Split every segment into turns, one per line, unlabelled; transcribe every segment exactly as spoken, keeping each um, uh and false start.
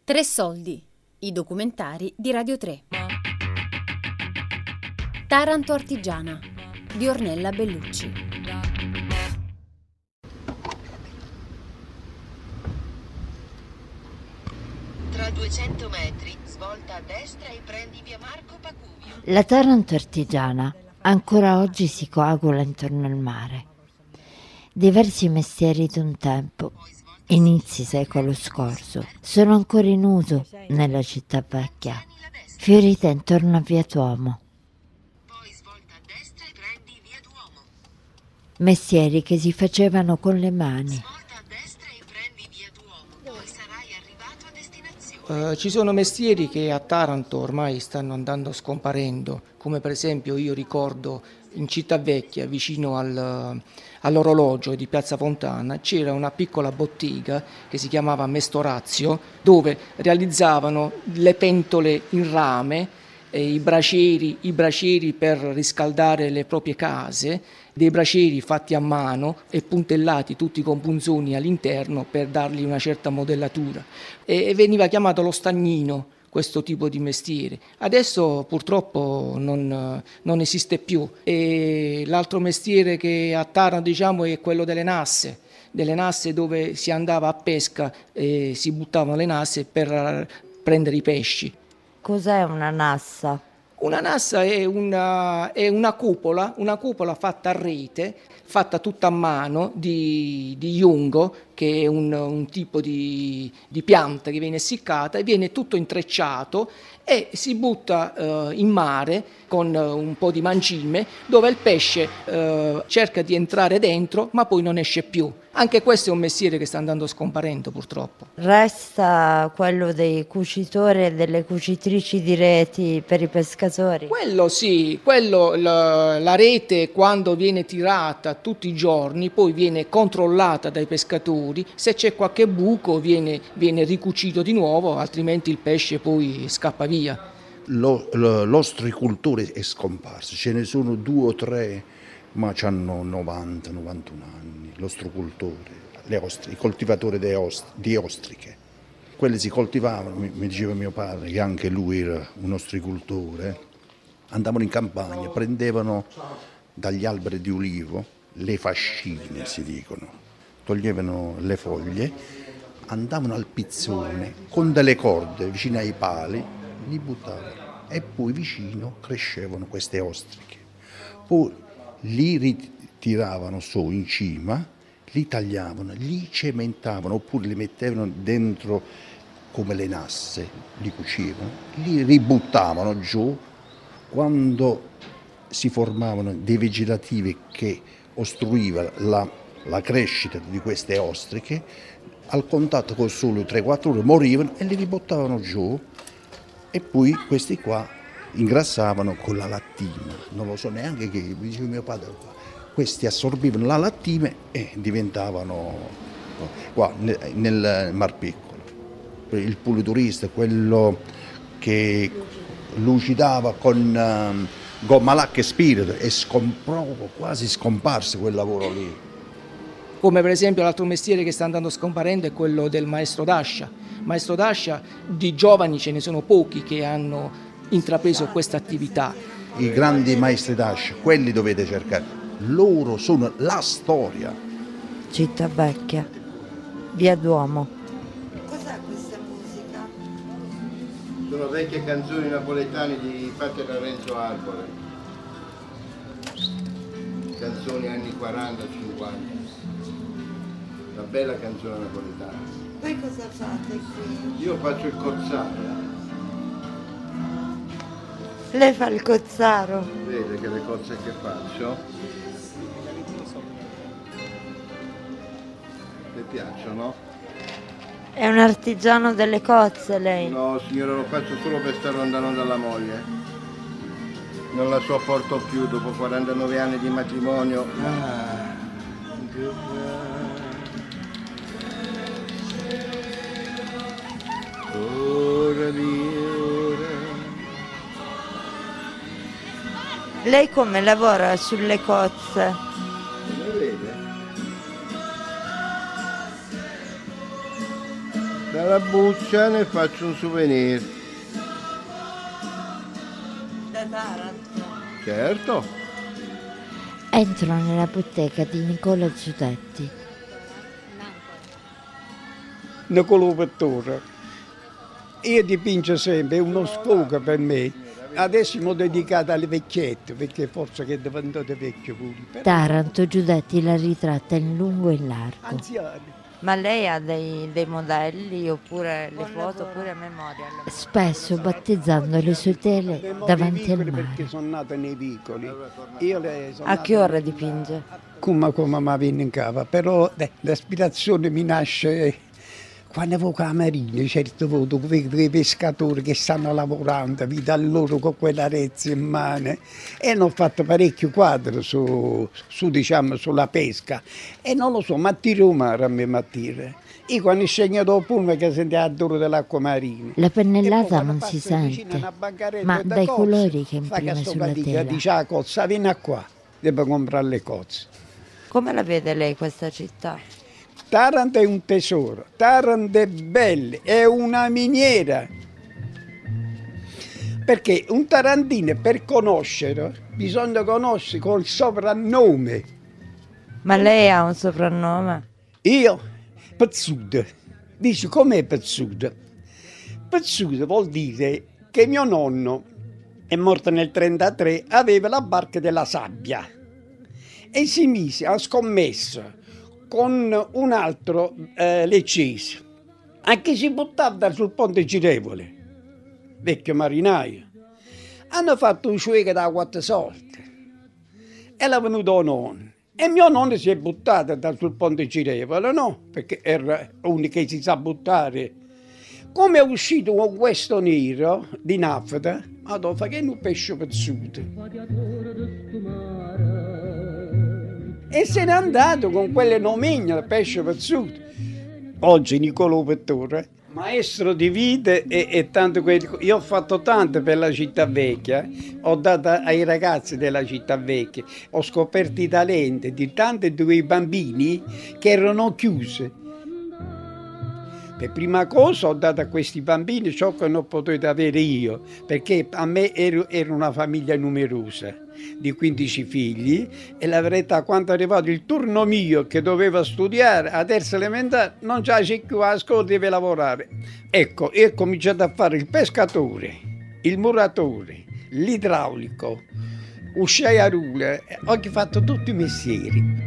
Tre soldi, i documentari di Radio tre. Taranto artigiana di Ornella Bellucci.
Tra duecento metri, svolta a destra e prendi via Marco Pacuvio.
La Taranto artigiana ancora oggi si coagula intorno al mare. Diversi mestieri d'un tempo, inizi secolo scorso, sono ancora in uso nella città vecchia, fiorita intorno a Via Duomo.
Poi svolta a destra e prendi via Duomo.
Mestieri che si facevano con le mani.
Svolta a destra e prendi via Duomo. Poi sarai arrivato a destinazione.
Uh, ci sono mestieri che a Taranto ormai stanno andando scomparendo, come per esempio io ricordo in Città Vecchia, vicino al, all'orologio di Piazza Fontana, c'era una piccola bottega che si chiamava Mestorazio, dove realizzavano le pentole in rame, e i bracieri, i bracieri per riscaldare le proprie case, dei bracieri fatti a mano e puntellati tutti con punzoni all'interno per dargli una certa modellatura. E, e veniva chiamato lo stagnino, questo tipo di mestiere. Adesso purtroppo non, non esiste più. E l'altro mestiere che a Taranto, diciamo, è quello delle nasse, delle nasse dove si andava a pesca e si buttavano le nasse per prendere i pesci.
Cos'è una nassa?
Una nassa è una, è una cupola, una cupola fatta a rete, fatta tutta a mano di, di iungo, che è un, un tipo di, di pianta che viene essiccata e viene tutto intrecciato e si butta eh, in mare con eh, un po' di mangime, dove il pesce eh, cerca di entrare dentro ma poi non esce più. Anche questo è un mestiere che sta andando scomparendo purtroppo.
Resta quello dei cucitori e delle cucitrici di reti per i pescatori?
Quello sì, quello, la, la rete quando viene tirata tutti i giorni poi viene controllata dai pescatori, se c'è qualche buco viene, viene ricucito di nuovo, altrimenti il pesce poi scappa via.
Lo, lo, l'ostricoltore è scomparso, ce ne sono due o tre, ma hanno novanta novantuno anni. L'ostricoltore, le ostri, i coltivatori di, ost, di ostriche. Quelli si coltivavano, mi, mi diceva mio padre, che anche lui era un ostricoltore, andavano in campagna, prendevano dagli alberi di ulivo le fascine, si dicono, toglievano le foglie, andavano al pizzone con delle corde vicino ai pali, li buttavano e poi vicino crescevano queste ostriche. Poi li ritiravano su in cima, li tagliavano, li cementavano oppure li mettevano dentro come le nasse, li cucivano, li ributtavano giù. Quando si formavano dei vegetativi che ostruivano la, la crescita di queste ostriche, al contatto con il sole tre quattro ore morivano e li ributtavano giù e poi questi qua ingrassavano con la lattina, non lo so neanche che, mi diceva mio padre, questi assorbivano la lattina e diventavano qua nel Mar Piccolo. Il puliturista, quello che lucidava con um, gomma lacca e spirito, è scomparso, quasi scomparso quel lavoro lì.
Come per esempio l'altro mestiere che sta andando scomparendo è quello del maestro d'ascia. Maestro d'ascia, di giovani ce ne sono pochi che hanno intrapreso questa attività.
I grandi maestri d'ascia, quelli dovete cercare, loro sono la storia.
Città Vecchia, Via Duomo.
Cos'è questa musica?
Sono vecchie canzoni napoletane di fatte da Renzo Arbore. Canzoni anni quaranta cinquanta. Una bella canzone napoletana.
Voi cosa fate qui?
Io faccio il cozzaro.
Lei fa il cozzaro?
Vede che le cozze che faccio? Le piacciono?
È un artigiano delle cozze lei?
No signora, lo faccio solo per stare lontano dalla moglie. Non la sopporto più dopo quarantanove anni di matrimonio. Ah, ora mia ora.
Lei come lavora sulle cozze?
Come vede? Dalla buccia ne faccio un souvenir.
Da Taranto.
Certo.
Entro nella bottega di Nicola Giudetti.
Nicolò Pittore. Io dipingo sempre, è uno sfogo per me. Adesso mi ho dedicato alle vecchiette, perché forse che è diventato vecchio pure. Però...
Taranto Giudetti la ritratta in lungo e in largo.
Anziani.
Ma lei ha dei, dei modelli oppure le foto oppure a memoria?
Spesso battezzando le sue tele davanti al mare.
Perché sono nata nei vicoli. Io le sono
A che ora dipinge?
Come come mi viene in capo, però eh, l'aspirazione mi nasce quando avevo la marina, certe volte vedo i pescatori che stanno lavorando, vedo a loro con quella rezza in mano e hanno fatto parecchi quadri su, su, diciamo, sulla pesca e non lo so, mi attira il mare a me, mi attira. Io quando scendo dopo pullman che sento l'odore dell'acqua marina.
La pennellata non si sente, ma dai colori che imprime sulla tela.
Dice la cozza, vieni qua, devo comprare le cozze.
Come la vede lei questa città?
Taranto è un tesoro, Taranto è bella, è una miniera. Perché un tarantino per conoscere bisogna conoscere col soprannome.
Ma lei ha un soprannome?
Io? Pezzuto. Dici com'è pezzuto? Pezzuto vuol dire che mio nonno è morto nel trentatré, aveva la barca della sabbia e si mise a scommesso con un altro eh, leccese, anche si buttava sul ponte girevole, vecchio marinaio. Hanno fatto un sciuega da quattro soldi e l'ha venuto nonno. E mio nonno si è buttato da sul ponte girevole, no? Perché era uno che si sa buttare. Come è uscito con questo nero di nafta, ma dopo fa che un pesce pezzuto. E se n'è andato con quelle nomigne del pesce pezzuto. Oggi Nicolò Pittore, maestro di vita e, e tanto quello. Io ho fatto tanto per la città vecchia, ho dato ai ragazzi della città vecchia, ho scoperto i talenti di tanti di quei bambini che erano chiusi. Per prima cosa ho dato a questi bambini ciò che non potevo avere io, perché a me ero, ero una famiglia numerosa, di quindici figli, e la verità, quando è arrivato il turno mio che doveva studiare a terza elementare, non c'è più a scuola, deve lavorare. Ecco, io ho cominciato a fare il pescatore, il muratore, l'idraulico, usciaiarule, ho fatto tutti i mestieri.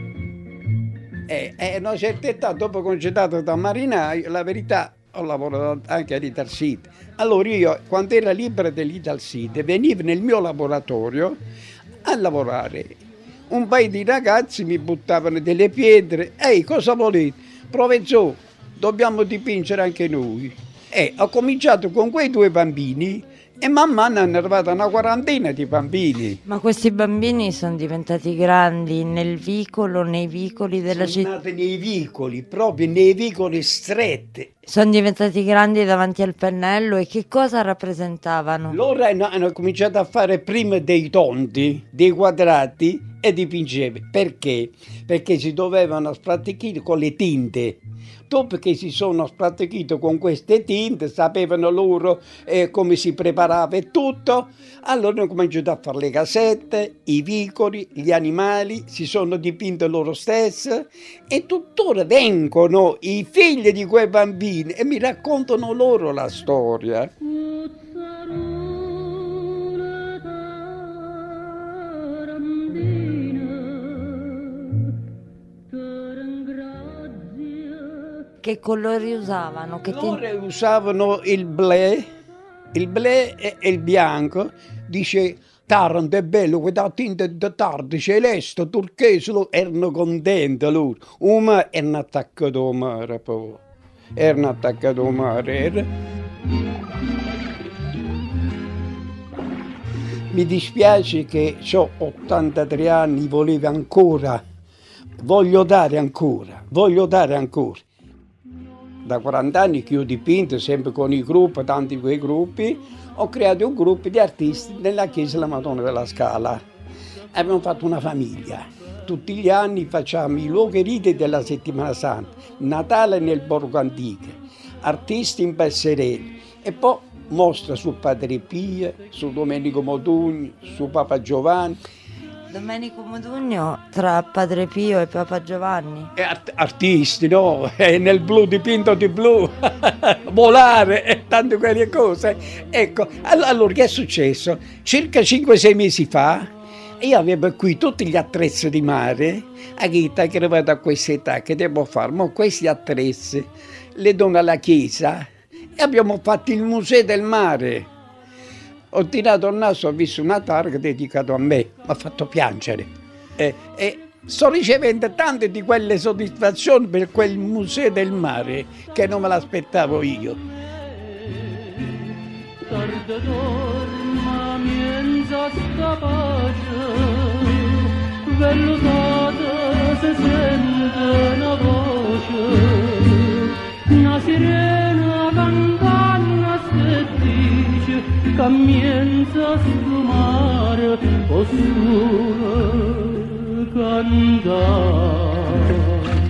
E a una certa età, dopo congedato da marinaio, la verità, ho lavorato anche all'Ital Sud. Allora io, quando era libero dell'Ital Sud, venivo nel mio laboratorio a lavorare. Un paio di ragazzi mi buttavano delle pietre. Ehi, cosa volete? Professore, dobbiamo dipingere anche noi. E ho cominciato con quei due bambini e man mano hanno arrivato una quarantina di bambini.
Ma questi bambini sono diventati grandi nel vicolo, nei vicoli della città?
Sono nati nei vicoli, proprio nei vicoli stretti.
Sono diventati grandi davanti al pennello e che cosa rappresentavano?
Loro hanno, hanno cominciato a fare prima dei tondi, dei quadrati e dipingevano. Perché? Perché si dovevano spratticare con le tinte. Dopo che si sono spratticati con queste tinte, sapevano loro eh, come si preparava e tutto, allora hanno cominciato a fare le casette, i vicoli, gli animali, si sono dipinti loro stessi e tuttora vengono i figli di quei bambini e mi raccontano loro la storia.
Che colori usavano? Che
Loro tin... usavano il bleu, il bleu e il bianco. Dice Taranto è bello, quella tinta di tardi, celeste, turchese, loro erano contenti loro. Uma erano attaccati al mare poi, erano attaccati al mare. Era... Mi dispiace che ho ottantatré anni, volevo ancora, voglio dare ancora, voglio dare ancora. Da quaranta anni che ho dipinto, sempre con i gruppi, tanti quei gruppi, ho creato un gruppo di artisti nella chiesa della Madonna della Scala. Abbiamo fatto una famiglia. Tutti gli anni facciamo i luoghi riti della Settimana Santa, Natale nel Borgo Antico. artisti in passerelli, e poi mostra su Padre Pio, su Domenico Modugno, su Papa Giovanni.
Domenico Modugno tra Padre Pio e Papa Giovanni.
E art- artisti, no? E nel blu dipinto di blu, volare e tante quelle cose. Ecco, allora che è successo? Circa cinque sei mesi fa io avevo qui tutti gli attrezzi di mare, a che che arrivato a questa età, che devo fare? Ma questi attrezzi li dono alla chiesa e abbiamo fatto il museo del mare. Ho tirato il naso, ho visto una targa dedicata a me, mi ha fatto piangere. E, e sto ricevendo tante di quelle soddisfazioni per quel museo del mare che non me l'aspettavo io.
Una sirena campana dice comienza a sfumare, possono cantare.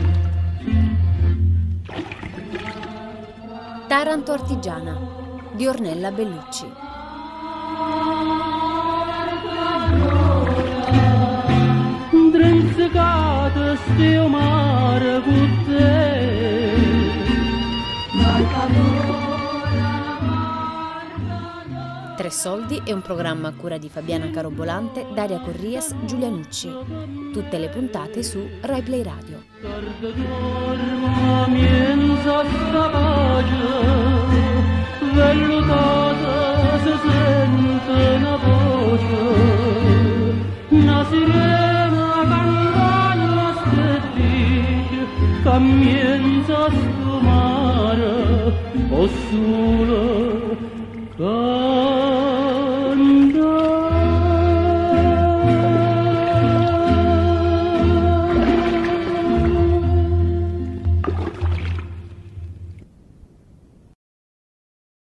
Taranto Artigiana di Ornella Bellucci.
Drenzacata stiu mare con te.
Tre soldi è un programma a cura di Fabiana Carobolante, Daria Corrias, Giulia Nucci. Tutte le puntate su Rai Play Radio.
Una sirena campana dice comienza a sfumare, o solo cantare.